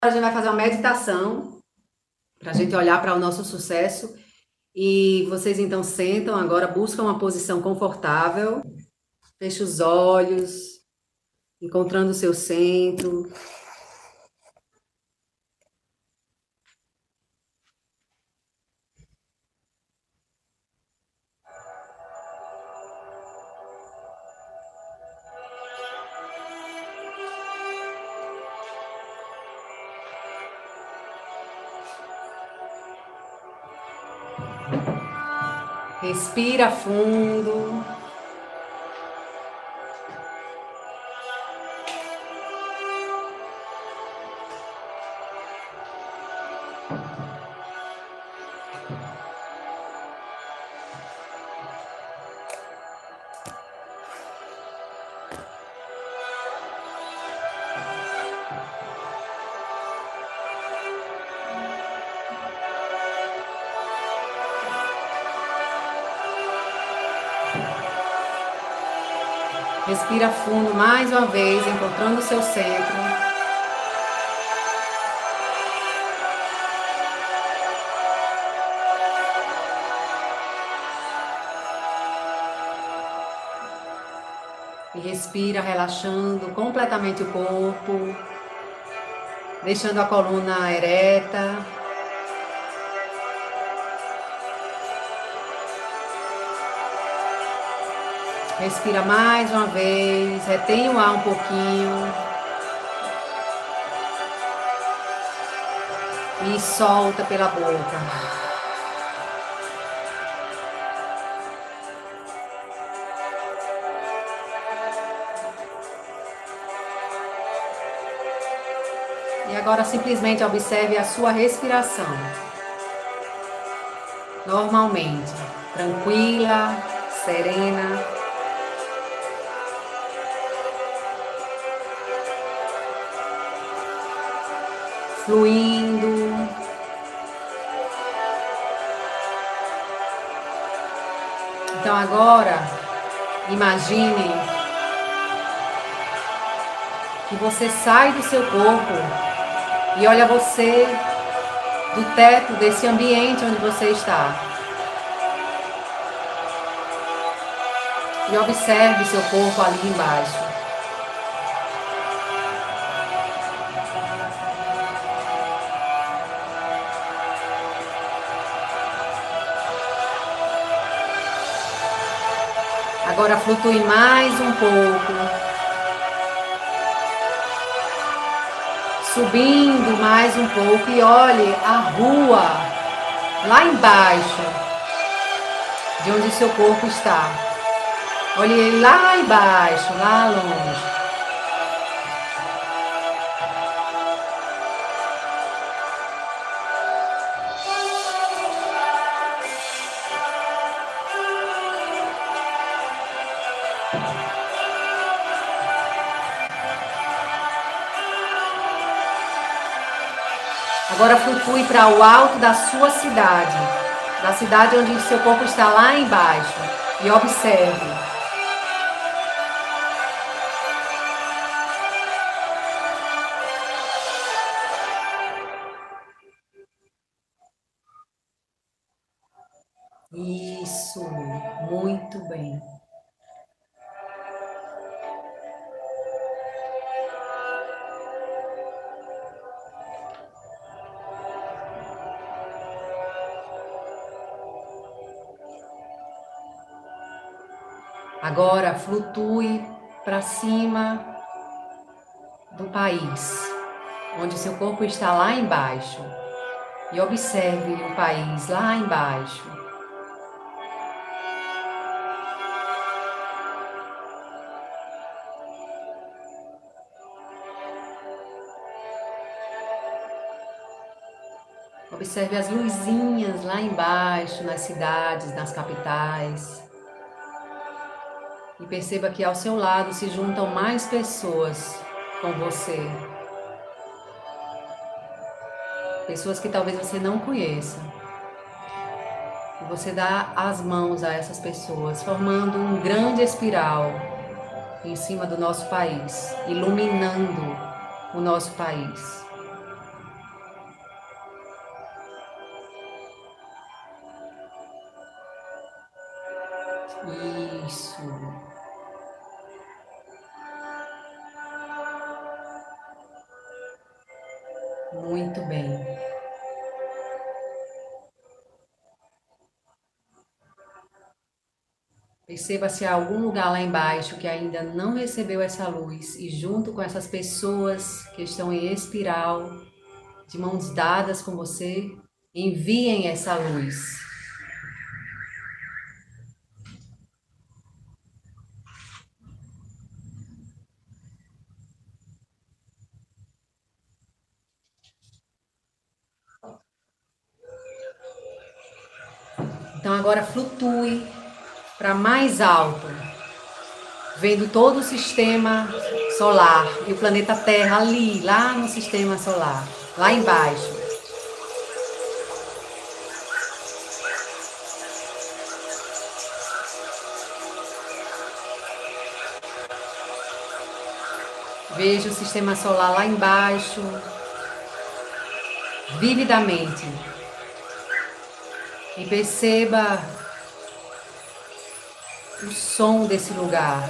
A gente vai fazer uma meditação para a gente olhar para o nosso sucesso. E vocês então sentam agora, buscam uma posição confortável, fecha os olhos, encontrando o seu centro. Respira fundo. Respira fundo mais uma vez, encontrando o seu centro. E respira relaxando completamente o corpo, deixando a coluna ereta. Respira mais uma vez, retém o ar um pouquinho. E solta pela boca. E agora simplesmente observe a sua respiração. Normalmente, tranquila, serena. Fluindo. Então agora, imagine que você sai do seu corpo e olha você do teto desse ambiente onde você está. E observe seu corpo ali embaixo. Agora flutue mais um pouco, subindo mais um pouco e olhe a rua lá embaixo, de onde seu corpo está. Olhe ele lá embaixo, lá longe. Agora flutue para o alto da sua cidade, da cidade onde o seu corpo está lá embaixo, e observe. Isso, muito bem. Agora flutue para cima do país, onde seu corpo está lá embaixo, e observe o país lá embaixo. Observe as luzinhas lá embaixo, nas cidades, nas capitais. E perceba que ao seu lado se juntam mais pessoas com você. Pessoas que talvez você não conheça. E você dá as mãos a essas pessoas, formando um grande espiral em cima do nosso país, iluminando o nosso país. Isso. Muito bem. Perceba se há algum lugar lá embaixo que ainda não recebeu essa luz e junto com essas pessoas que estão em espiral, de mãos dadas com você, enviem essa luz. Então agora flutue para mais alto, vendo todo o sistema solar e o planeta Terra ali, lá no sistema solar, lá embaixo. Veja o sistema solar lá embaixo, vividamente. E perceba o som desse lugar.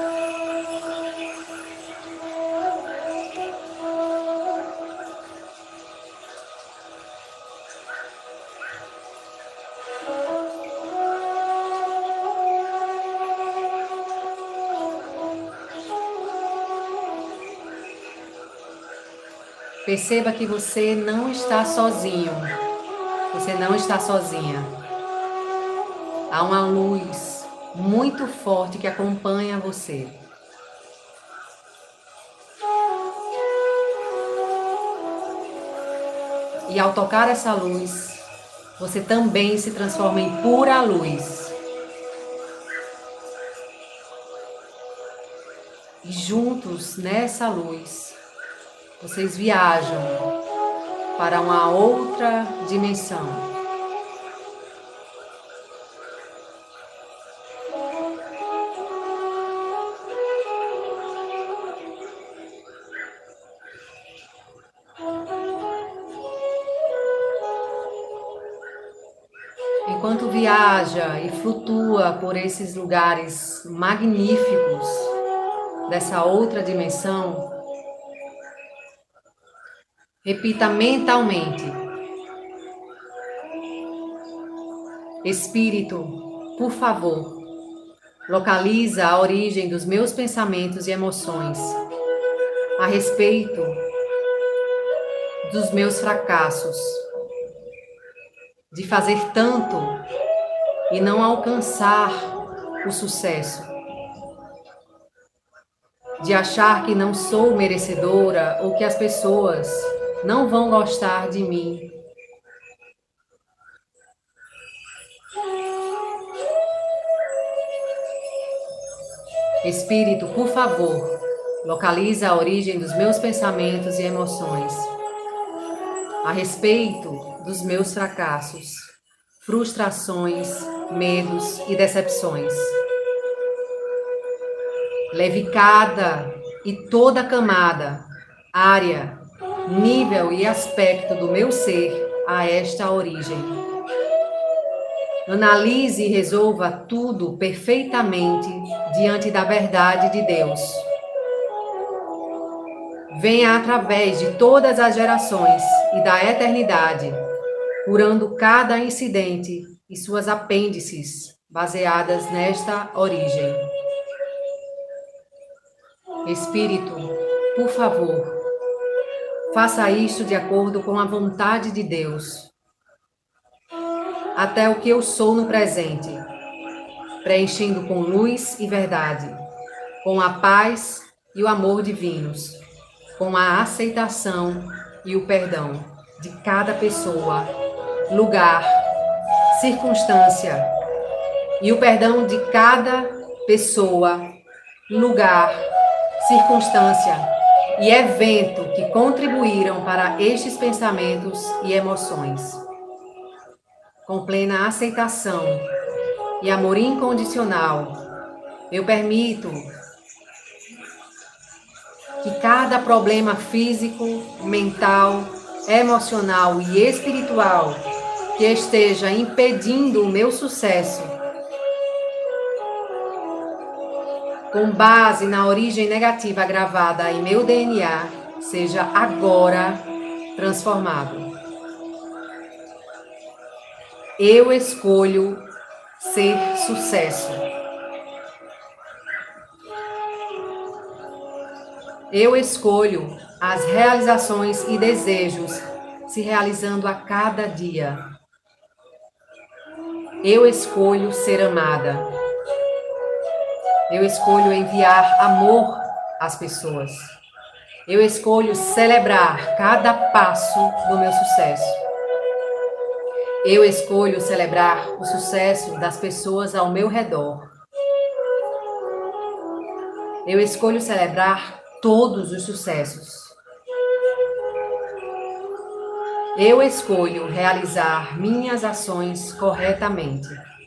Perceba que você não está sozinho. Você não está sozinha. Há uma luz muito forte que acompanha você. E ao tocar essa luz, você também se transforma em pura luz. E juntos, nessa luz, vocês viajam para uma outra dimensão. Enquanto viaja e flutua por esses lugares magníficos dessa outra dimensão, repita mentalmente: Espírito, por favor, localiza a origem dos meus pensamentos e emoções a respeito dos meus fracassos, de fazer tanto e não alcançar o sucesso, de achar que não sou merecedora ou que as pessoas não vão gostar de mim. Espírito, por favor, localiza a origem dos meus pensamentos e emoções a respeito dos meus fracassos, frustrações, medos e decepções. Leve cada e toda camada, área, nível e aspecto do meu ser a esta origem. Analise e resolva tudo perfeitamente diante da verdade de Deus. Venha através de todas as gerações e da eternidade, curando cada incidente e suas apêndices baseadas nesta origem. Espírito, por favor, faça isto de acordo com a vontade de Deus, até o que eu sou no presente, preenchendo com luz e verdade, com a paz e o amor divinos, com a aceitação e o perdão de cada pessoa, lugar, circunstância, e o perdão de cada pessoa, lugar, circunstância e evento que contribuíram para estes pensamentos e emoções. Com plena aceitação e amor incondicional, eu permito que cada problema físico, mental, emocional e espiritual que esteja impedindo o meu sucesso com base na origem negativa gravada em meu DNA, seja agora transformado. Eu escolho ser sucesso. Eu escolho as realizações e desejos se realizando a cada dia. Eu escolho ser amada. Eu escolho enviar amor às pessoas. Eu escolho celebrar cada passo do meu sucesso. Eu escolho celebrar o sucesso das pessoas ao meu redor. Eu escolho celebrar todos os sucessos. Eu escolho realizar minhas ações corretamente.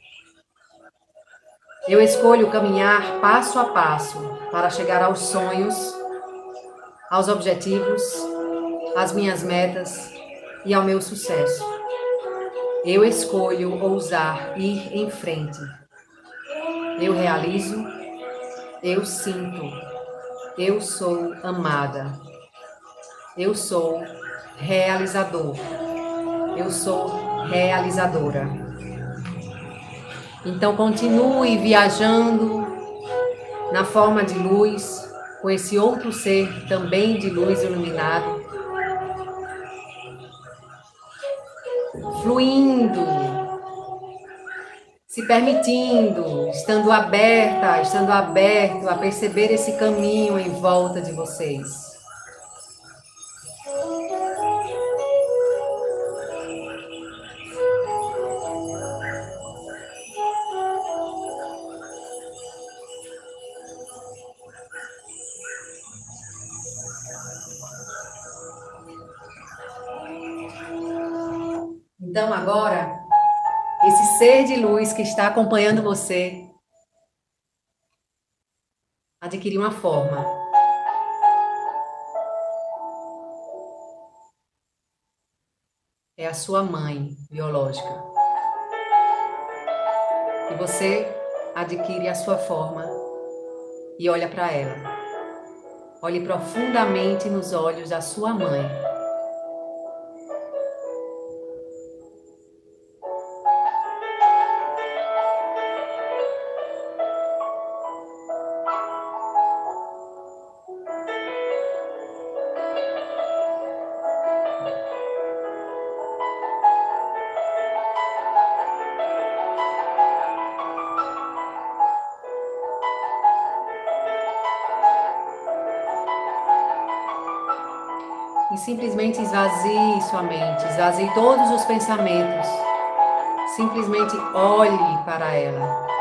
Eu escolho caminhar passo a passo para chegar aos sonhos, aos objetivos, às minhas metas e ao meu sucesso. Eu escolho ousar ir em frente. Eu realizo, eu sinto, eu sou amada. Eu sou realizador. Eu sou realizadora. Então continue viajando na forma de luz, com esse outro ser também de luz iluminado, fluindo, se permitindo, estando aberta, estando aberto a perceber esse caminho em volta de vocês. Então agora, esse ser de luz que está acompanhando você adquire uma forma. É a sua mãe biológica. E você adquire a sua forma e olha para ela. Olhe profundamente nos olhos da sua mãe. E simplesmente esvazie sua mente, esvazie todos os pensamentos. Simplesmente olhe para ela.